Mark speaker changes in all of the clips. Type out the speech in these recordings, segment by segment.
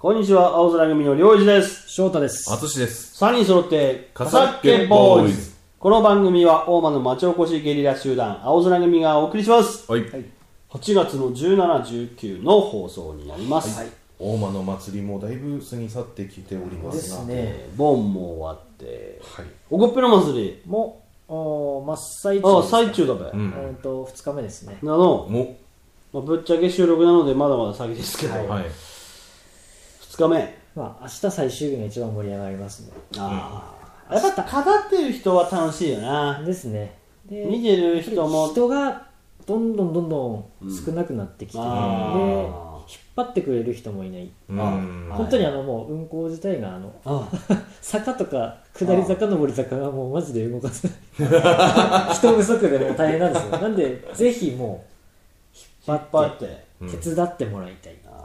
Speaker 1: こんにちは、青空組の良一です。
Speaker 2: 翔太です。
Speaker 3: あつしです。
Speaker 1: 3人揃って
Speaker 3: かさっけボーイズ。
Speaker 1: この番組は大間の町おこしゲリラ集団青空組がお送りします。
Speaker 3: はい。
Speaker 1: 8月の17、19の放送になります。
Speaker 3: はい、大間の祭りもだいぶ過ぎ去ってきておりますが、
Speaker 2: ですね。
Speaker 1: 盆も終わって、
Speaker 3: はい、
Speaker 1: おこっぺの祭り
Speaker 2: も真っ最中ですか。
Speaker 1: 最中だべ。
Speaker 2: 2日目ですね。
Speaker 1: なの、ぶっちゃけ収録なのでまだまだ先ですけど、
Speaker 3: はい、
Speaker 1: 2日目。
Speaker 2: 明日最終日が一番盛り上がりますね。
Speaker 1: やっぱ語ってる人は楽しいよな。
Speaker 2: ですね。で
Speaker 1: 見てる人も
Speaker 2: 人がどんどん少なくなってきて、で引っ張ってくれる人もいない。本当にもう運行自体が坂とか下り坂上り坂がもうマジで動かせない人不足でもう大変なんですよ。なんでぜひもう引っ張って手伝ってもらいたい。
Speaker 1: はい、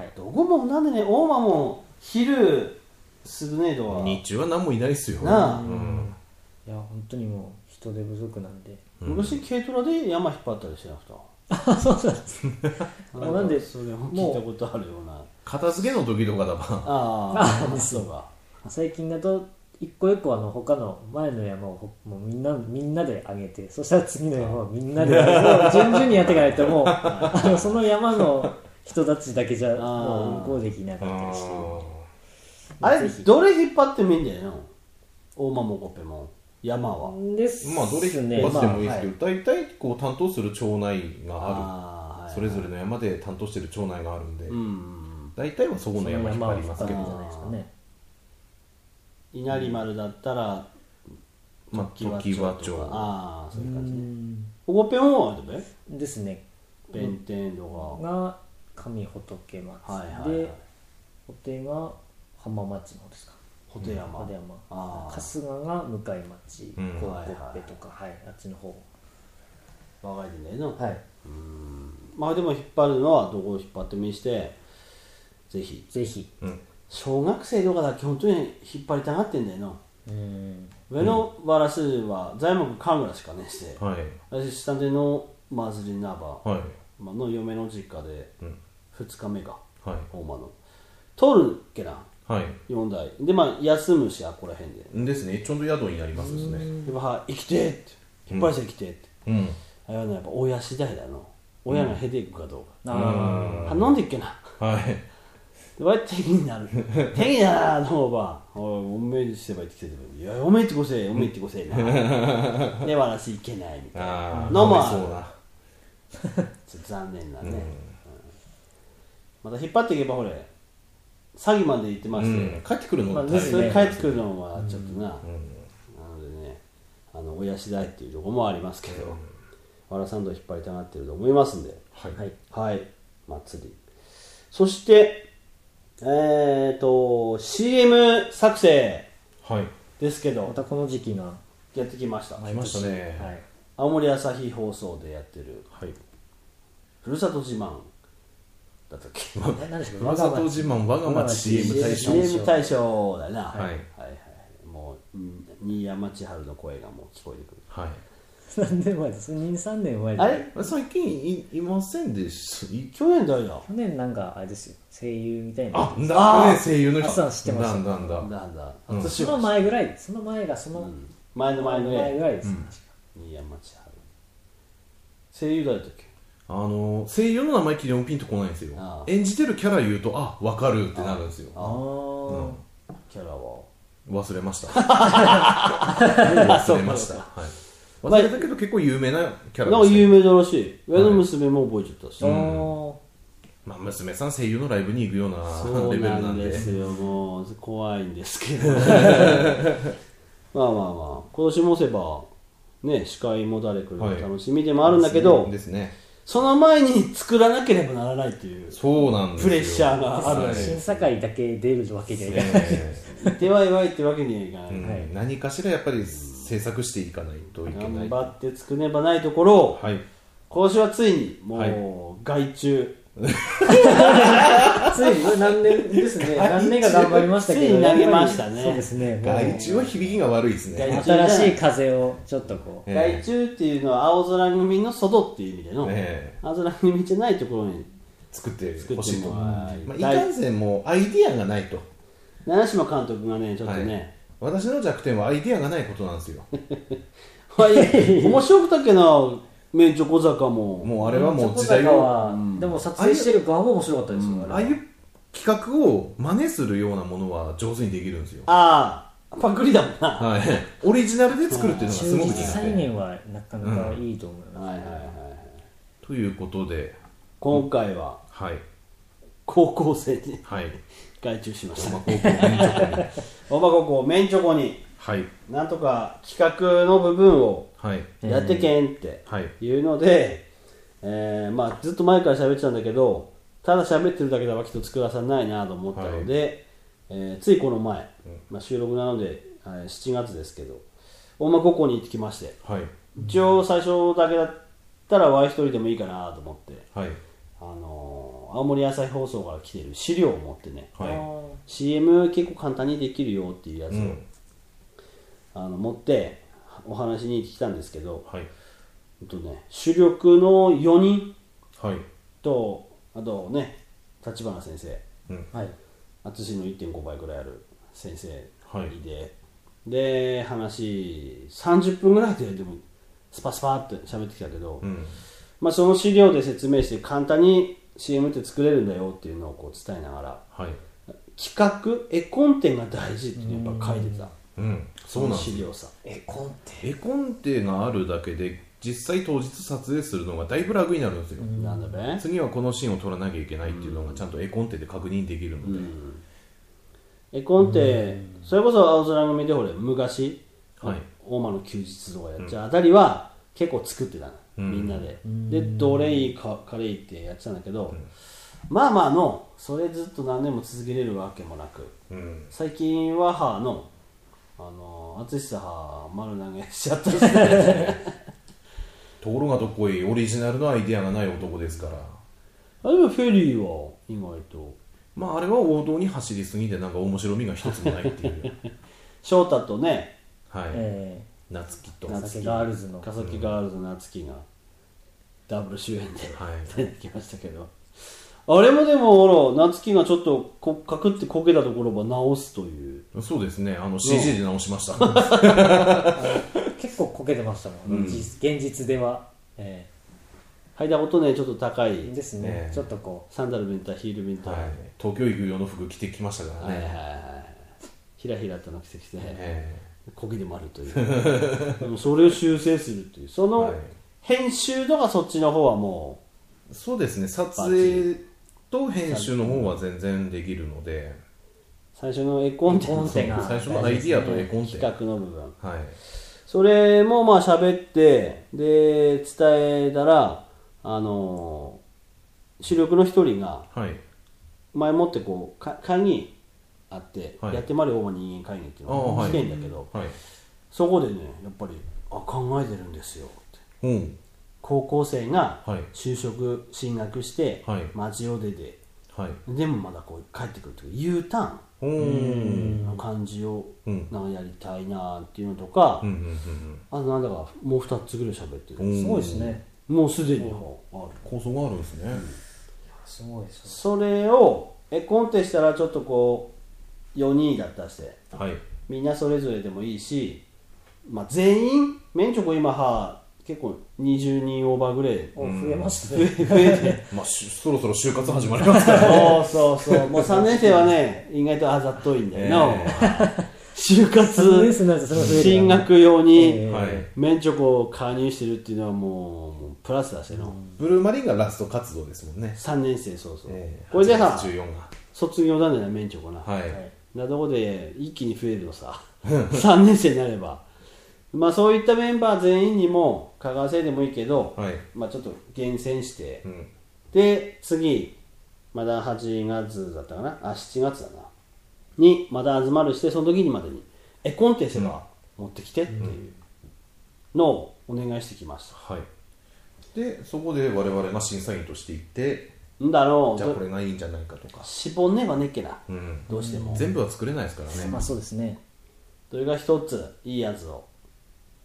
Speaker 1: どこもなんでね、大間も昼するねとは
Speaker 3: 日中は何もいないっすよ
Speaker 1: なあ、
Speaker 2: いや本当にもう人手不足なんで、
Speaker 1: 昔軽トラで山引っ張ったりしてなく
Speaker 2: た。そうなんですなんで
Speaker 1: それも聞いたことあるような。
Speaker 3: 片付けの時とかだ
Speaker 1: ばそうか。
Speaker 2: 最近だと一個一個他の前の山をもうみんなで上げて、そしたら次の山をみんなで上げて順々にやっていかないともうその山の人たちだけじゃもう運行できなかったりして、
Speaker 1: あれどれ引っ張ってもいいんだよな、大間もこっぺも山は
Speaker 2: ですね。
Speaker 3: まあどれ引っ張ってもいいですけど、大体こう担当する町内がある、それぞれの山で担当してる町内があるんで、大体はそこの山引っ張りますけど、
Speaker 1: 稲荷丸だったら
Speaker 3: 常盤町、
Speaker 1: そういう感じね。おこっぺもあるべ
Speaker 2: ですね。
Speaker 1: 弁天とか
Speaker 2: が上仏町で、お手が浜町のですか。
Speaker 1: ホテ山、
Speaker 2: 春日が向町、こっぺとか、あっちの方。
Speaker 1: 若いでねの。
Speaker 2: はい。
Speaker 1: まあでも引っ張るのはどこを引っ張ってもいいして、ぜひ。小学生とかだけ本当に引っ張りたがってんだよな。上のバラスは材木神楽しかねして、私下での祭りなばの嫁の実家で2日目が大間の通るっけな。4代で休むし、あこら辺で
Speaker 3: ですね。ちょうど宿になりますですね。
Speaker 1: やっぱ生きてって引っ張りせ生きてって、あれはねやっぱ親次第だの。親が減っていくかどうか。なんでっけな。わい手になる手になるのばおめえにしてばいってきてる。いやおめえってこせおめえってこせなで私いけないみたいなのもある。残念なね。また引っ張っていけばほれ詐欺まで行ってまして、
Speaker 3: 帰ってくるの
Speaker 1: それ帰ってくるのはちょっとな、なのでね、親次第っていうところもありますけど、わらさんと引っ張りたがってると思いますんで、はい、祭り。そしてCM 作成ですけど、
Speaker 2: またこの時期が
Speaker 1: やってきました。
Speaker 3: ありましたね。
Speaker 1: 青森朝日放送でやってるふるさと自慢だったっけ。
Speaker 3: ふるさと自慢我が町 CM 大賞。
Speaker 1: CM 大賞だな。もう新山千春の声がもう聞こえてくる。
Speaker 2: 何年前です。3年前で。
Speaker 1: あれ
Speaker 3: 最近いませんでした。
Speaker 1: 去年誰だ。
Speaker 2: 去年なんかあれですよ、声優みたいな。
Speaker 3: 声優の人。
Speaker 2: 知ってました。
Speaker 1: なんだ。
Speaker 2: その前ぐらい。その前が
Speaker 1: 前の
Speaker 2: ぐらいです。
Speaker 1: 新山千春。声優誰だっけ。
Speaker 3: 声優の名前聞いてもピンとこないんですよ。演じてるキャラ言うと分かるってなるんですよ。
Speaker 1: キャラは
Speaker 3: 忘れました。忘れました。忘れたけど結構有名なキャラです。
Speaker 1: なんか有名だらしい。上の娘も覚えちゃったし。
Speaker 3: 娘さん声優のライブに行くようなレベルなんで。
Speaker 1: そうなんですよ。もう怖いんですけど。まあ今年もせばね、司会も誰来るか楽しみでもあるんだけど、その前に作らなければならないというプレッシャーがある。
Speaker 2: 審査会だけ出るわけにはいかない。
Speaker 1: 言ってはいわいってわけにはいかない。
Speaker 3: 何かしらやっぱり制作していかないといけない。
Speaker 1: 頑張って作ればないところを、今年はついにもう外注。
Speaker 2: ついに何年ですね。何年か頑張りましたけど、
Speaker 1: ついに投げましたね。
Speaker 2: そうですね。
Speaker 3: 外注は響きが悪いですね。
Speaker 2: 新しい風をちょっとこう。
Speaker 1: 外注っていうのは青空組の外っていう意味での、青空組じゃないところに
Speaker 3: 作ってほしいと、
Speaker 1: い
Speaker 3: かんせんもうアイディアがないと。
Speaker 1: 七島監督がねちょっとね、
Speaker 3: 私の弱点はアイディアがないことなんですよ。
Speaker 1: 面白くたっけな、メンチョ小坂も。
Speaker 3: もうあれはもう時代を、
Speaker 2: でも撮影してる側も面白かったですよ、
Speaker 3: ああいう企画を真似するようなものは上手にできるんですよ。
Speaker 1: ああ、パクリだもんな。
Speaker 3: はい。オリジナルで作るっていうのがすごく苦手。
Speaker 2: 再現はなかなかいいと思います。
Speaker 3: ということで、
Speaker 1: 今回は、
Speaker 3: はい。
Speaker 1: 高校生に、
Speaker 3: はい。
Speaker 1: 外注しました。
Speaker 3: 大間高校メンチョコに。
Speaker 1: 大間高校メンチョコに、
Speaker 3: はい。
Speaker 1: なんとか企画の部分を
Speaker 3: はい。
Speaker 1: やってけんっていうので、まあずっと前から喋ってたんだけど、ただ喋ってるだけではきっと作らさないなと思ったので、ついこの前、まあ、収録なので、7月ですけど、大間高校に行ってきまして、
Speaker 3: はい。
Speaker 1: 一応最初だけだったら Y 一人でもいいかなと思って、
Speaker 3: はい。
Speaker 1: 青森朝日放送から来てる資料を持ってね、
Speaker 3: はい。
Speaker 1: CM 結構簡単にできるよっていうやつを、持ってお話に来たんですけど、
Speaker 3: はい。
Speaker 1: 主力の4人
Speaker 3: はい。
Speaker 1: と、あとね、立花先生、
Speaker 2: はい。
Speaker 1: 淳の 1.5 倍ぐらいある先生
Speaker 3: はい
Speaker 1: で、で、話30分ぐらいでもスパスパって喋ってきたけど、まあその資料で説明して簡単に CM って作れるんだよっていうのをこう伝えながら、
Speaker 3: はい。
Speaker 1: 企画、絵コンテが大事っていうのをやっぱ書いてた。
Speaker 3: そうなんです
Speaker 1: 資料さ。
Speaker 2: 絵コンテ。
Speaker 3: 絵コンテがあるだけで実際当日撮影するのがだいぶ楽になるんですよ。
Speaker 1: なんだべ？
Speaker 3: 次はこのシーンを撮らなきゃいけないっていうのがちゃんと絵コンテで確認できるので、
Speaker 1: 絵コンテ、それこそ青空組でほれ昔、
Speaker 3: はい、
Speaker 1: 大間の休日とかやっちゃうあたりは結構作ってたの、みんなで。で、どれいいかカレーってやってたんだけど、まあまあのそれずっと何年も続けれるわけもなく、最近は母の淳さは丸投げしちゃったりして
Speaker 3: ところがどっこいオリジナルのアイディアがない男ですから。
Speaker 1: あれはフェリーは意外と
Speaker 3: まああれは王道に走りすぎてなんか面白みが一つもないっていう
Speaker 1: 翔太とね、
Speaker 3: はい、夏希と
Speaker 2: 川崎ガールズの
Speaker 1: 川崎ガールズの夏希がダブル主演で出てきましたけど、あれもでもほら夏希がちょっとかくってこけたところは直すという。
Speaker 3: そうですね、CG で直しました
Speaker 2: 結構こけてましたもん、現実では、
Speaker 1: 履いたことねちょっと高い
Speaker 2: ですね、ちょっとこ
Speaker 1: うサンダル弁当ヒール弁当、
Speaker 3: 東京行く用の服着てきましたからね、
Speaker 1: ひらひらとの着てきて、こけでもあるというでもそれを修正するっていうその編集とかそっちの方はも
Speaker 3: うそうですね、撮影と編集の方は全然できるので、
Speaker 1: 最初の絵コンテ
Speaker 2: が
Speaker 3: 最初のアイディアと絵コンテ、
Speaker 1: 企画の部分、
Speaker 3: そ
Speaker 1: れもまあ喋ってで伝えたら主力の一人が前もってこう会議あって、やってまる大間人間会議っていうのが来てんだけど、そこでねやっぱり考えてるんですよって、高校生が就職進学して町を出て、でもまだこう帰ってくるという U ターンの感じをなんかやりたいなっていうのとか、あとなんだかもう2つぐらい喋ってる。
Speaker 2: すごいですね。
Speaker 1: もうすでにある
Speaker 3: 構想があるんですね、
Speaker 2: すごいです。
Speaker 1: それを絵コンテしたらちょっとこう4人だったして、みんなそれぞれでもいいし、まあ、全員メンチョコ今結構20人オーバーぐらい
Speaker 2: 増えましたね。
Speaker 1: 増えて
Speaker 3: まあそろそろ就活始まりますから
Speaker 1: そうもう3年生はね意外とあざっといんだよな、就活進学用にメンチョコを加入してるっていうのはもうプラスだしの、
Speaker 3: ブルーマリンがラスト活動ですもんね、
Speaker 1: 3年生これでさ
Speaker 3: 14が
Speaker 1: 卒業なんだよメンチョコな、なとこで一気に増えるのさ3年生になればまあそういったメンバー全員にも香川生でもいいけど、まあちょっと厳選して、で次まだ8月だったかな7月だなにまだ集まるして、その時にまでに絵コンテストが持ってきてっていうのをお願いしてきました、
Speaker 3: でそこで我々が審査員としていって
Speaker 1: じゃあ
Speaker 3: これがいいんじゃないかとか
Speaker 1: 絞んねばねっけな、どうしても
Speaker 3: 全部は作れないですからね、
Speaker 2: まあそうですね、
Speaker 1: それが一ついいやつを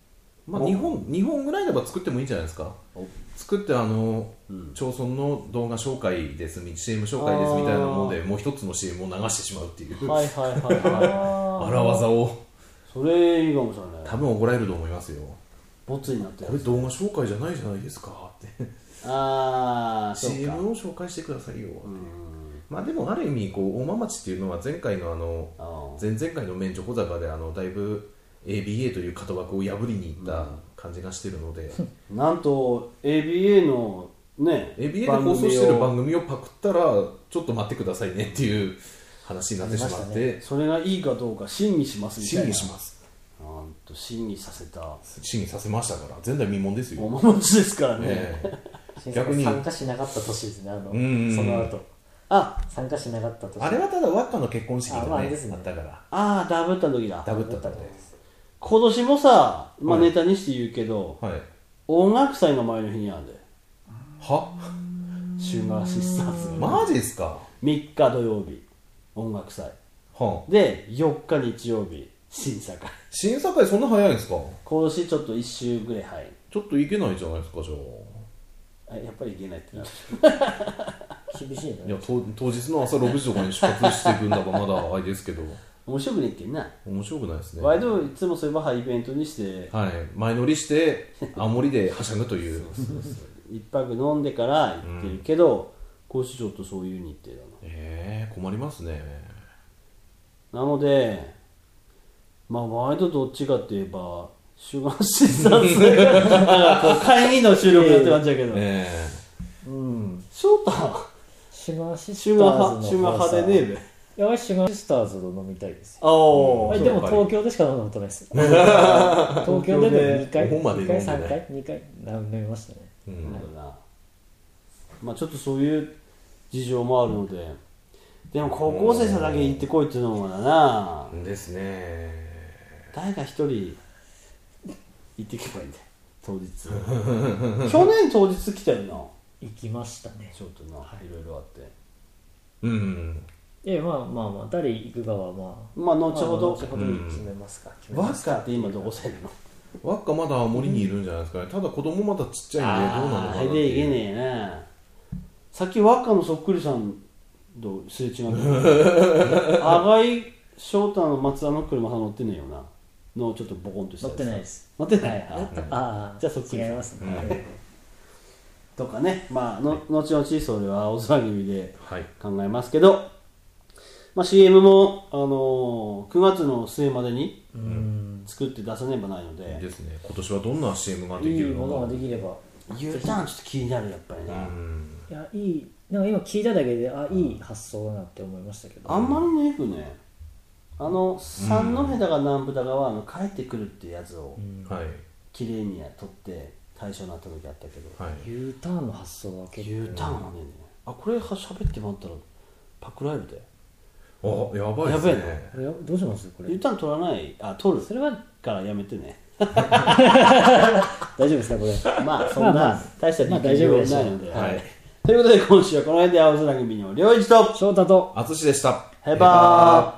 Speaker 3: まあ、2本ぐらいでば作ってもいいんじゃないですか。作って町村の動画紹介です、CM 紹介ですみたいなものでもう一つの CM を流してしまうっていう
Speaker 1: はいはいはいはい
Speaker 3: 荒技を。
Speaker 1: それいいかもしれない。
Speaker 3: 多分怒られると思いますよ。
Speaker 1: ボツになってる。
Speaker 3: これ動画紹介じゃないじゃないですかって
Speaker 1: ああ、
Speaker 3: CM を紹介してくださいよって。まあでもある意味こう大間町っていうのは前回の前々回の免除小坂でだいぶ ABA という型枠を破りにいった感じがしてるので、
Speaker 1: なんと ABA のね
Speaker 3: ABA で放送してる番組をパクったらちょっと待ってくださいねっていう話になってしまって、ね、
Speaker 1: それがいいかどうか審議しますみたいな。
Speaker 3: 審議します。
Speaker 1: なんと審議させ
Speaker 3: ましたから前代未聞ですよ。
Speaker 1: おもちですからね、
Speaker 2: 逆に参加しなかった年ですね。その後参加しなかった年。
Speaker 3: あれはただ輪っかの結婚式がねあったから。
Speaker 1: ダブった時だ。
Speaker 3: ダブった時です。
Speaker 1: 今年もさ、まあ、ネタにして言うけど、
Speaker 3: はい、
Speaker 1: 音楽祭の前の日にあるんで。
Speaker 3: は
Speaker 1: シュガーシスターズ。
Speaker 3: マジですか。
Speaker 1: 3日土曜日音楽祭、で4日日曜日審査会。
Speaker 3: 審査会そんな早いんですか。
Speaker 1: 今年ちょっと1週ぐらい早い。
Speaker 3: ちょっといけないじゃないですか。じゃ
Speaker 1: あやっぱりいけないってなる
Speaker 2: 厳しいね。
Speaker 3: いや当日の朝6時とかに出発していくんだかまだあれですけど
Speaker 1: 面白くねえっけんな。
Speaker 3: 面白くないですね。
Speaker 1: 割といつもそういうバハイベントにして、
Speaker 3: はい、前乗りして青森ではしゃぐという
Speaker 1: 一泊飲んでから行ってるけど、今週ちょっとそういう日程だ
Speaker 3: な。困りますね。
Speaker 1: なのでまあ割とどっちかって言えばシュガーシスターズがこう会議の収録やってましたけど、翔太
Speaker 2: シュガーシスタ
Speaker 1: シュガー派でねえべ。
Speaker 2: いや、シュガーシスターズと飲みたいですよ。でも東京でしか飲んだことないです。東京で2回、3回、2回飲みましたね。
Speaker 1: まあちょっとそういう事情もあるので、でも高校生だけ行ってこいっていうのもだな。
Speaker 3: ですね。
Speaker 1: 誰か一人行ってけばいいんだよ当日。去年当日来たよな。
Speaker 2: 行きましたね。
Speaker 1: ちょっとな、いろいろあって。
Speaker 2: まあ誰行くかは
Speaker 1: まあ後ほど
Speaker 2: 決めますか。
Speaker 1: ワッカって今どこせんの。
Speaker 3: ワッカまだ森にいるんじゃないですかね。ただ子供まだちっちゃいんでどうなのかなっていう。
Speaker 1: でいけねえな。さっきワッカのそっくりさんとすれ違う。赤井翔太の松田の車さん乗ってねえよな。のちょっとボコンとした。
Speaker 2: 乗ってないです。
Speaker 1: 乗ってない。じゃあそっくり。
Speaker 2: 違いますね。
Speaker 1: とかね、まあ後々それは青空組で考えますけど、まあ CM も9月の末までに作って出さねばないので。
Speaker 3: ですね。今年はどんな CM ができるのか。
Speaker 2: いいものができれば。
Speaker 1: U ターンちょっと気になるやっぱりな。
Speaker 2: いやいい。なんか今聞いただけでいい発想だなって思いましたけど。
Speaker 1: あんまりねくね。三戸だか南部だかは帰ってくるっていうやつを綺麗に撮って対象になった時あったけど、
Speaker 2: U ターンの発想は結構
Speaker 1: U ターンはね、これ喋ってもらったらパクられるで。
Speaker 3: やばいですね。
Speaker 2: どうしますこれ。
Speaker 1: U ターン取らない、取る、それはからやめてね。
Speaker 2: 大丈夫ですかこれ。
Speaker 1: まあそんな大した
Speaker 2: 理由は
Speaker 1: ないので、ということで今週はこの辺で青空組の良一と
Speaker 2: 翔太と
Speaker 3: 淳でした。
Speaker 1: ヘバー。